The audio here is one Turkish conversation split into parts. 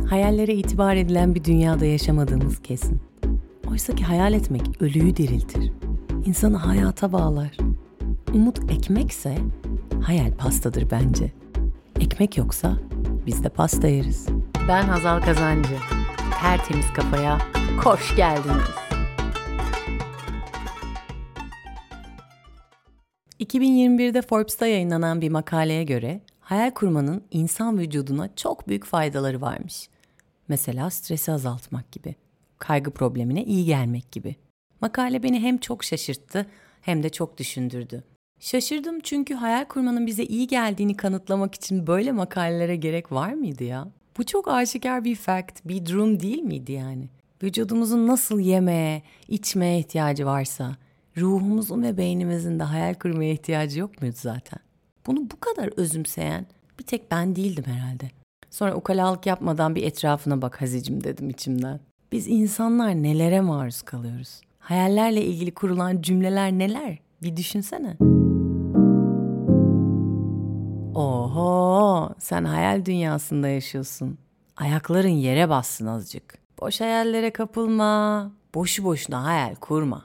Hayallere itibar edilen bir dünyada yaşamadığımız kesin. Oysaki hayal etmek ölüyü diriltir. İnsanı hayata bağlar. Umut ekmekse hayal pastadır bence. Ekmek yoksa biz de pasta yeriz. Ben Hazal Kazancı. Tertemiz kafaya hoş geldiniz. 2021'de Forbes'ta yayınlanan bir makaleye göre hayal kurmanın insan vücuduna çok büyük faydaları varmış. Mesela stresi azaltmak gibi, kaygı problemine iyi gelmek gibi. Makale beni hem çok şaşırttı hem de çok düşündürdü. Şaşırdım çünkü hayal kurmanın bize iyi geldiğini kanıtlamak için böyle makalelere gerek var mıydı ya? Bu çok aşikar bir fact, bir durum değil miydi yani? Vücudumuzun nasıl yemeye, içmeye ihtiyacı varsa, ruhumuzun ve beynimizin de hayal kurmaya ihtiyacı yok muydu zaten? Bunu bu kadar özümseyen bir tek ben değildim herhalde. Sonra ukalalık yapmadan bir etrafına bak Hazicim dedim içimden. Biz insanlar nelere maruz kalıyoruz? Hayallerle ilgili kurulan cümleler neler? Bir düşünsene. Oho, sen hayal dünyasında yaşıyorsun. Ayakların yere bassın azıcık. Boş hayallere kapılma. Boşu boşuna hayal kurma.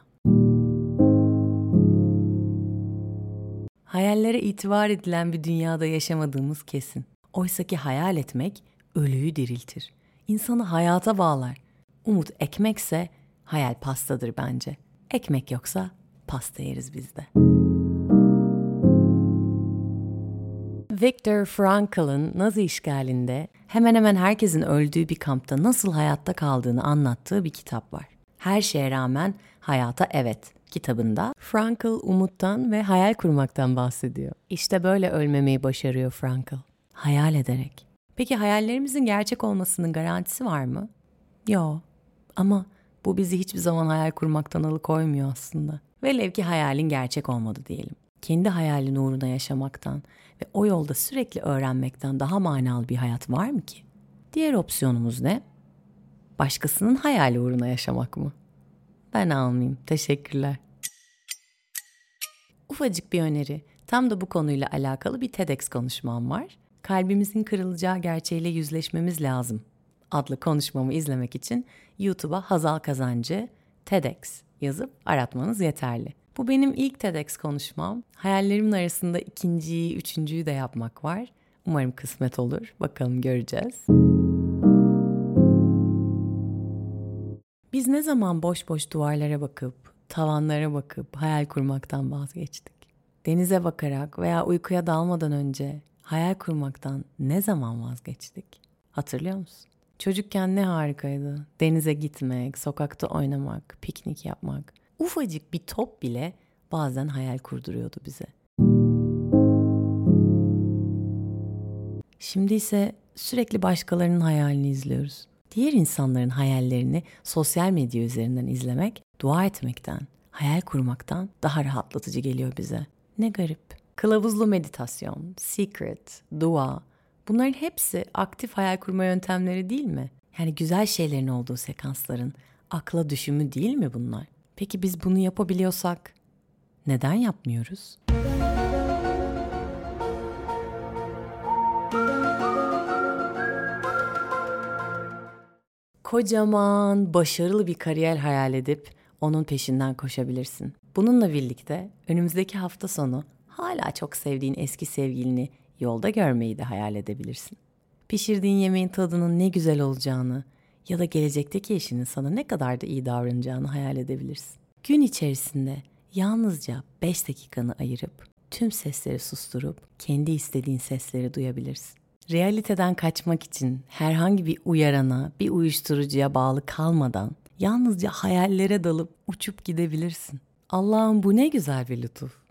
Hayallere itibar edilen bir dünyada yaşamadığımız kesin. Oysaki hayal etmek ölüyü diriltir. İnsanı hayata bağlar. Umut ekmekse hayal pastadır bence. Ekmek yoksa pasta yeriz biz de. Viktor Frankl'ın Nazi işgalinde hemen hemen herkesin öldüğü bir kampta nasıl hayatta kaldığını anlattığı bir kitap var. Her şeye rağmen hayata evet kitabında Frankl umuttan ve hayal kurmaktan bahsediyor. İşte böyle ölmemeyi başarıyor Frankl. Hayal ederek. Peki hayallerimizin gerçek olmasının garantisi var mı? Yok. Ama bu bizi hiçbir zaman hayal kurmaktan alıkoymuyor aslında. Velev ki hayalin gerçek olmadı diyelim. Kendi hayalin uğruna yaşamaktan ve o yolda sürekli öğrenmekten daha manalı bir hayat var mı ki? Diğer opsiyonumuz ne? Başkasının hayali uğruna yaşamak mı? Ben almayayım. Teşekkürler. Ufacık bir öneri. Tam da bu konuyla alakalı bir TEDx konuşmam var. Kalbimizin kırılacağı gerçeğiyle yüzleşmemiz lazım adlı konuşmamı izlemek için YouTube'a Hazal Kazancı TEDx yazıp aratmanız yeterli. Bu benim ilk TEDx konuşmam. Hayallerimin arasında ikinciyi, üçüncüyü de yapmak var. Umarım kısmet olur. Bakalım göreceğiz. Biz ne zaman boş boş duvarlara bakıp, tavanlara bakıp hayal kurmaktan vazgeçtik? Denize bakarak veya uykuya dalmadan önce hayal kurmaktan ne zaman vazgeçtik? Hatırlıyor musun? Çocukken ne harikaydı. Denize gitmek, sokakta oynamak, piknik yapmak. Ufacık bir top bile bazen hayal kurduruyordu bize. Şimdi ise sürekli başkalarının hayalini izliyoruz. Diğer insanların hayallerini sosyal medya üzerinden izlemek, dua etmekten, hayal kurmaktan daha rahatlatıcı geliyor bize. Ne garip. Kılavuzlu meditasyon, secret, dua, bunların hepsi aktif hayal kurma yöntemleri değil mi? Yani güzel şeylerin olduğu sekansların akla düşümü değil mi bunlar? Peki biz bunu yapabiliyorsak neden yapmıyoruz? Kocaman, başarılı bir kariyer hayal edip onun peşinden koşabilirsin. Bununla birlikte önümüzdeki hafta sonu hala çok sevdiğin eski sevgilini yolda görmeyi de hayal edebilirsin. Pişirdiğin yemeğin tadının ne güzel olacağını ya da gelecekteki eşinin sana ne kadar da iyi davranacağını hayal edebilirsin. Gün içerisinde yalnızca 5 dakikanı ayırıp tüm sesleri susturup kendi istediğin sesleri duyabilirsin. Realiteden kaçmak için herhangi bir uyarana, bir uyuşturucuya bağlı kalmadan yalnızca hayallere dalıp uçup gidebilirsin. Allah'ım bu ne güzel bir lütuf.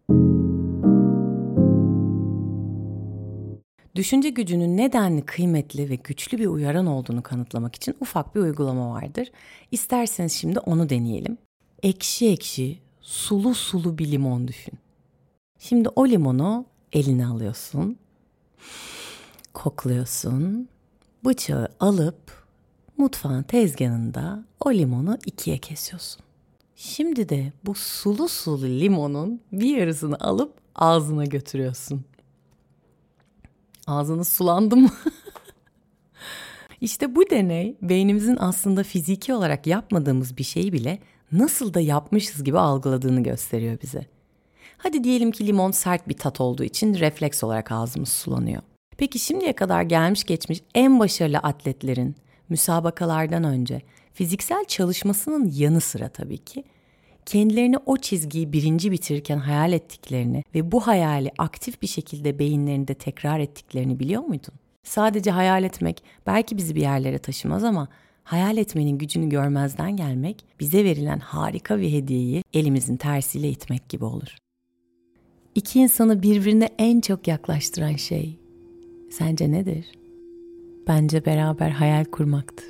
Düşünce gücünün nedenli kıymetli ve güçlü bir uyaran olduğunu kanıtlamak için ufak bir uygulama vardır. İsterseniz şimdi onu deneyelim. Ekşi ekşi, sulu sulu bir limon düşün. Şimdi o limonu eline alıyorsun, kokluyorsun, bıçağı alıp mutfağın tezgahında o limonu ikiye kesiyorsun. Şimdi de bu sulu sulu limonun bir yarısını alıp ağzına götürüyorsun. Ağzınız sulandı mı? İşte bu deney beynimizin aslında fiziki olarak yapmadığımız bir şeyi bile nasıl da yapmışız gibi algıladığını gösteriyor bize. Hadi diyelim ki limon sert bir tat olduğu için refleks olarak ağzımız sulanıyor. Peki şimdiye kadar gelmiş geçmiş en başarılı atletlerin müsabakalardan önce fiziksel çalışmasının yanı sıra tabii ki kendilerini o çizgiyi birinci bitirirken hayal ettiklerini ve bu hayali aktif bir şekilde beyinlerinde tekrar ettiklerini biliyor muydun? Sadece hayal etmek belki bizi bir yerlere taşımaz ama hayal etmenin gücünü görmezden gelmek bize verilen harika bir hediyeyi elimizin tersiyle itmek gibi olur. İki insanı birbirine en çok yaklaştıran şey sence nedir? Bence beraber hayal kurmaktır.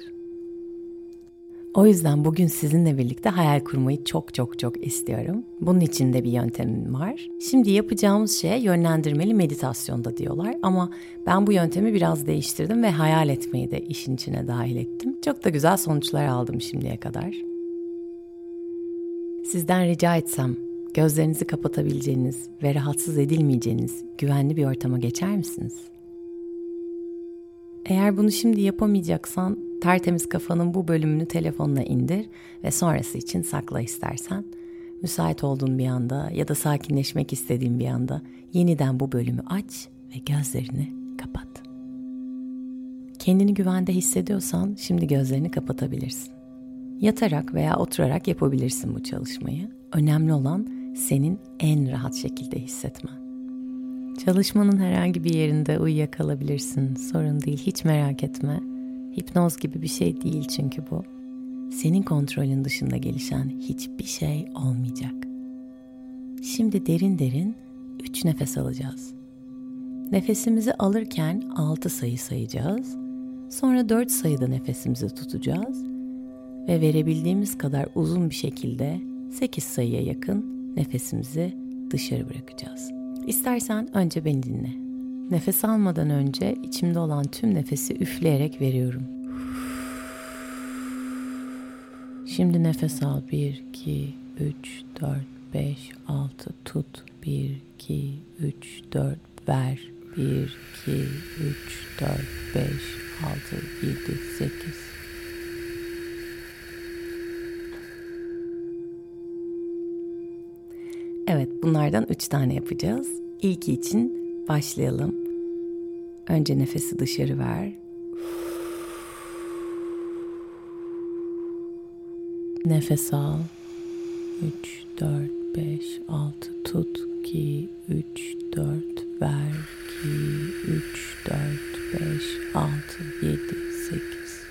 O yüzden bugün sizinle birlikte hayal kurmayı çok istiyorum. Bunun için de bir yöntemim var. Şimdi yapacağımız şeye yönlendirmeli meditasyonda diyorlar ama ben bu yöntemi biraz değiştirdim ve hayal etmeyi de işin içine dahil ettim. Çok da güzel sonuçlar aldım şimdiye kadar. Sizden rica etsem gözlerinizi kapatabileceğiniz ve rahatsız edilmeyeceğiniz güvenli bir ortama geçer misiniz? Eğer bunu şimdi yapamayacaksan tertemiz kafanın bu bölümünü telefonuna indir ve sonrası için sakla istersen. Müsait olduğun bir anda ya da sakinleşmek istediğin bir anda yeniden bu bölümü aç ve gözlerini kapat. Kendini güvende hissediyorsan şimdi gözlerini kapatabilirsin. Yatarak veya oturarak yapabilirsin bu çalışmayı. Önemli olan senin en rahat şekilde hissetmen. Çalışmanın herhangi bir yerinde uyuyakalabilirsin. Sorun değil, hiç merak etme. Hipnoz gibi bir şey değil çünkü bu. Senin kontrolün dışında gelişen hiçbir şey olmayacak. Şimdi derin 3 nefes alacağız. Nefesimizi alırken 6 sayı sayacağız. Sonra 4 sayıda nefesimizi tutacağız. Ve verebildiğimiz kadar uzun bir şekilde 8 sayıya yakın nefesimizi dışarı bırakacağız. İstersen önce beni dinle. Nefes almadan önce içimde olan tüm nefesi üfleyerek veriyorum. Şimdi nefes al. 1, 2, 3, 4, 5, 6 tut. 1, 2, 3, 4 ver. 1, 2, 3, 4, 5, 6, 7, 8. Evet, bunlardan 3 tane yapacağız. İlki için başlayalım. Önce nefesi dışarı ver. Nefes al. 3, 4, 5, 6 tut. 2, 3, 4 ver. 2, 3, 4, 5, 6, 7, 8.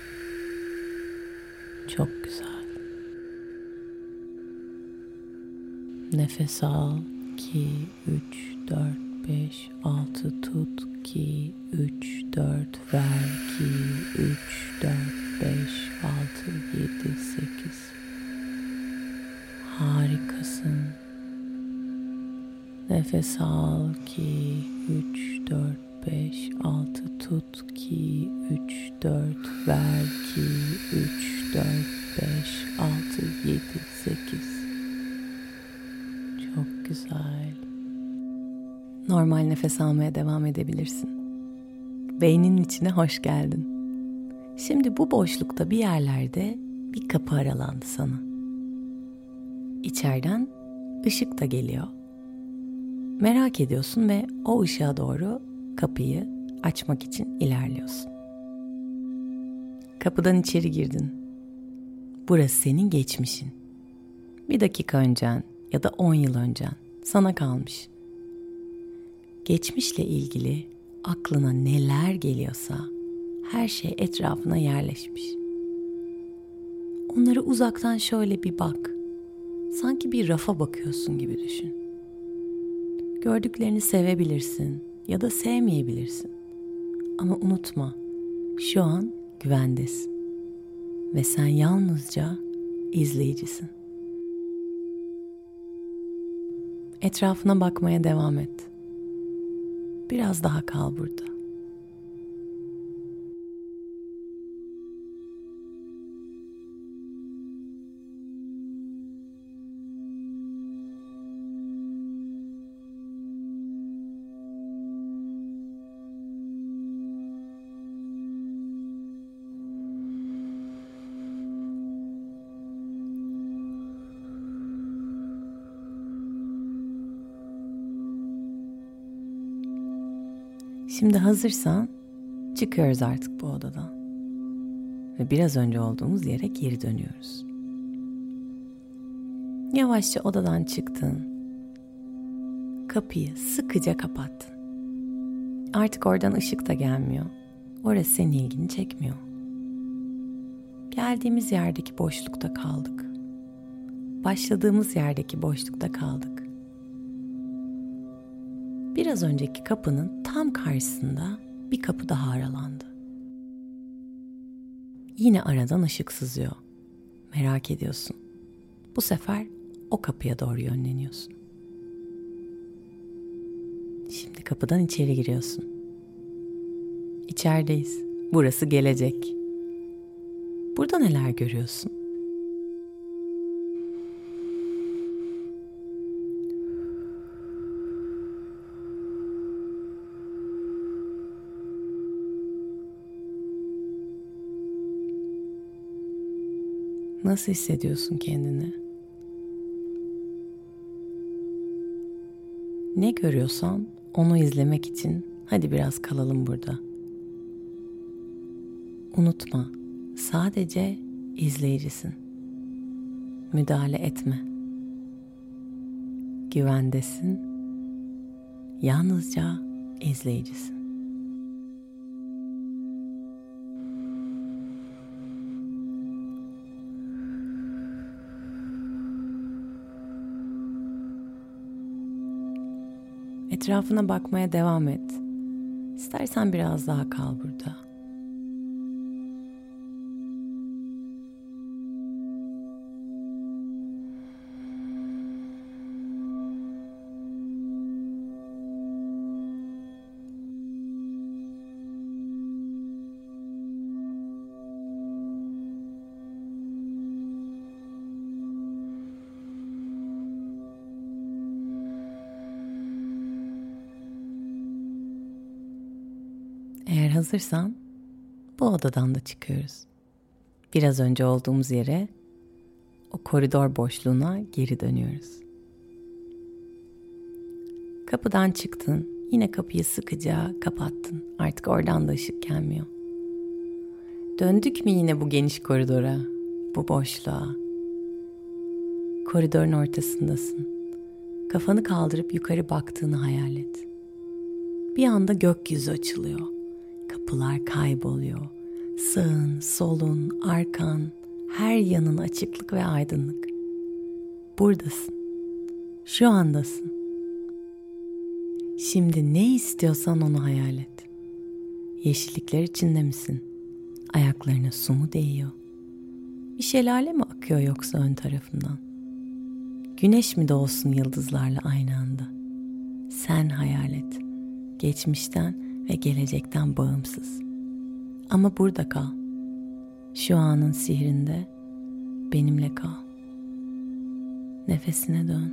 Çok güzel. Nefes al. 2, 3, 4, 5, 6 tut. 2, 3, 4 ver. 2, 3, 4, 5, 6, 7, 8. Harikasın. Nefes al. 2, 3, 4, 5, 6 tut. 2, 3, 4 ver. 2, 3, 4, 5, 6, 7, 8. Çok güzel. Normal nefes almaya devam edebilirsin. Beyninin içine hoş geldin. Şimdi bu boşlukta bir yerlerde bir kapı aralandı sana. İçeriden ışık da geliyor. Merak ediyorsun ve o ışığa doğru kapıyı açmak için ilerliyorsun. Kapıdan içeri girdin. Burası senin geçmişin. Bir dakika öncen ya da 10 yıl öncen sana kalmış. Geçmişle ilgili aklına neler geliyorsa her şey etrafına yerleşmiş. Onları uzaktan şöyle bir bak. Sanki bir rafa bakıyorsun gibi düşün. Gördüklerini sevebilirsin ya da sevmeyebilirsin. Ama unutma, şu an güvendesin. Ve sen yalnızca izleyicisin. Etrafına bakmaya devam et. Biraz daha kal burada. Şimdi hazırsan çıkıyoruz artık bu odadan. Ve biraz önce olduğumuz yere geri dönüyoruz. Yavaşça odadan çıktın. Kapıyı sıkıca kapattın. Artık oradan ışık da gelmiyor. Orası senin ilgini çekmiyor. Geldiğimiz yerdeki boşlukta kaldık. Başladığımız yerdeki boşlukta kaldık. Biraz önceki kapının tam karşısında bir kapı daha aralandı. Yine aradan ışık sızıyor. Merak ediyorsun. Bu sefer o kapıya doğru yönleniyorsun. Şimdi kapıdan içeri giriyorsun. İçerideyiz. Burası gelecek. Burada neler görüyorsun? Nasıl hissediyorsun kendini? Ne görüyorsan onu izlemek için hadi biraz kalalım burada. Unutma, sadece izleyicisin. Müdahale etme. Güvendesin. Yalnızca izleyicisin. Etrafına bakmaya devam et. İstersen biraz daha kal burada. Eğer hazırsan bu odadan da çıkıyoruz. Biraz önce olduğumuz yere, o koridor boşluğuna geri dönüyoruz. Kapıdan çıktın, yine kapıyı sıkıca kapattın. Artık oradan da ışık gelmiyor. Döndük mü yine bu geniş koridora, bu boşluğa? Koridorun ortasındasın. Kafanı kaldırıp yukarı baktığını hayal et. Bir anda gökyüzü açılıyor. Kapılar kayboluyor. Sağın, solun, arkan, her yanın açıklık ve aydınlık. Buradasın. Şu andasın. Şimdi ne istiyorsan onu hayal et. Yeşillikler içinde misin? Ayaklarına su mu değiyor? Bir şelale mi akıyor yoksa ön tarafından? Güneş mi doğsun yıldızlarla aynı anda? Sen hayal et. Geçmişten ve gelecekten bağımsız. Ama burada kal. Şu anın sihrinde benimle kal. Nefesine dön.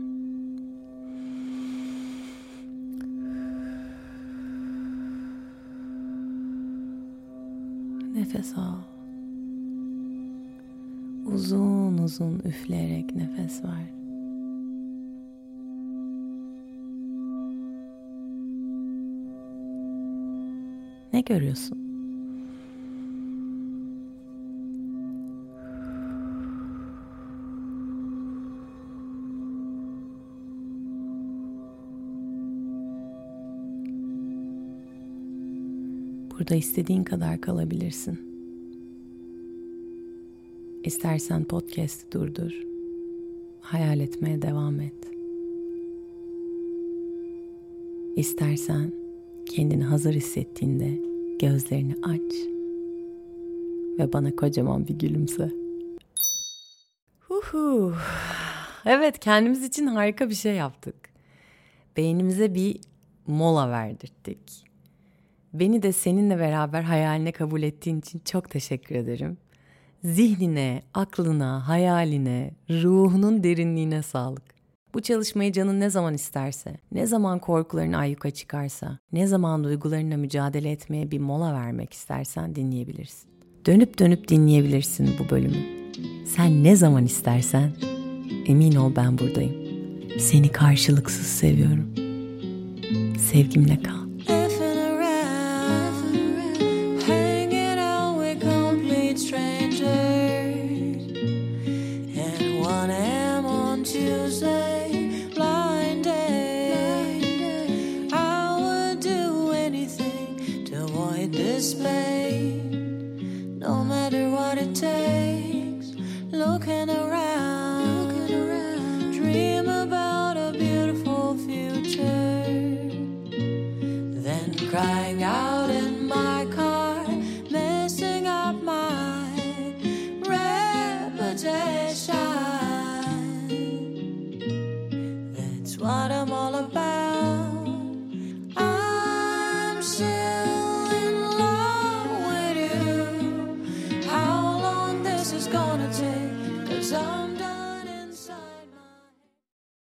Nefes al. Uzun uzun üfleyerek nefes ver. Ne görüyorsun? Burada istediğin kadar kalabilirsin. İstersen podcast'ı durdur. Hayal etmeye devam et. İstersen kendini hazır hissettiğinde gözlerini aç ve bana kocaman bir gülümse. Evet, kendimiz için harika bir şey yaptık. Beynimize bir mola verdirttik. Beni de seninle beraber hayaline kabul ettiğin için çok teşekkür ederim. Zihnine, aklına, hayaline, ruhunun derinliğine sağlık. Bu çalışmayı canın ne zaman isterse, ne zaman korkuların ayyuka çıkarsa, ne zaman duygularına mücadele etmeye bir mola vermek istersen dinleyebilirsin. Dönüp dönüp dinleyebilirsin bu bölümü. Sen ne zaman istersen, emin ol ben buradayım. Seni karşılıksız seviyorum. Sevgimle kal. what it takes, looking around, dream about a beautiful future, then crying out in my car, messing up my reputation. That's what I'm all about. I'm still in love with you. How long this is gonna take,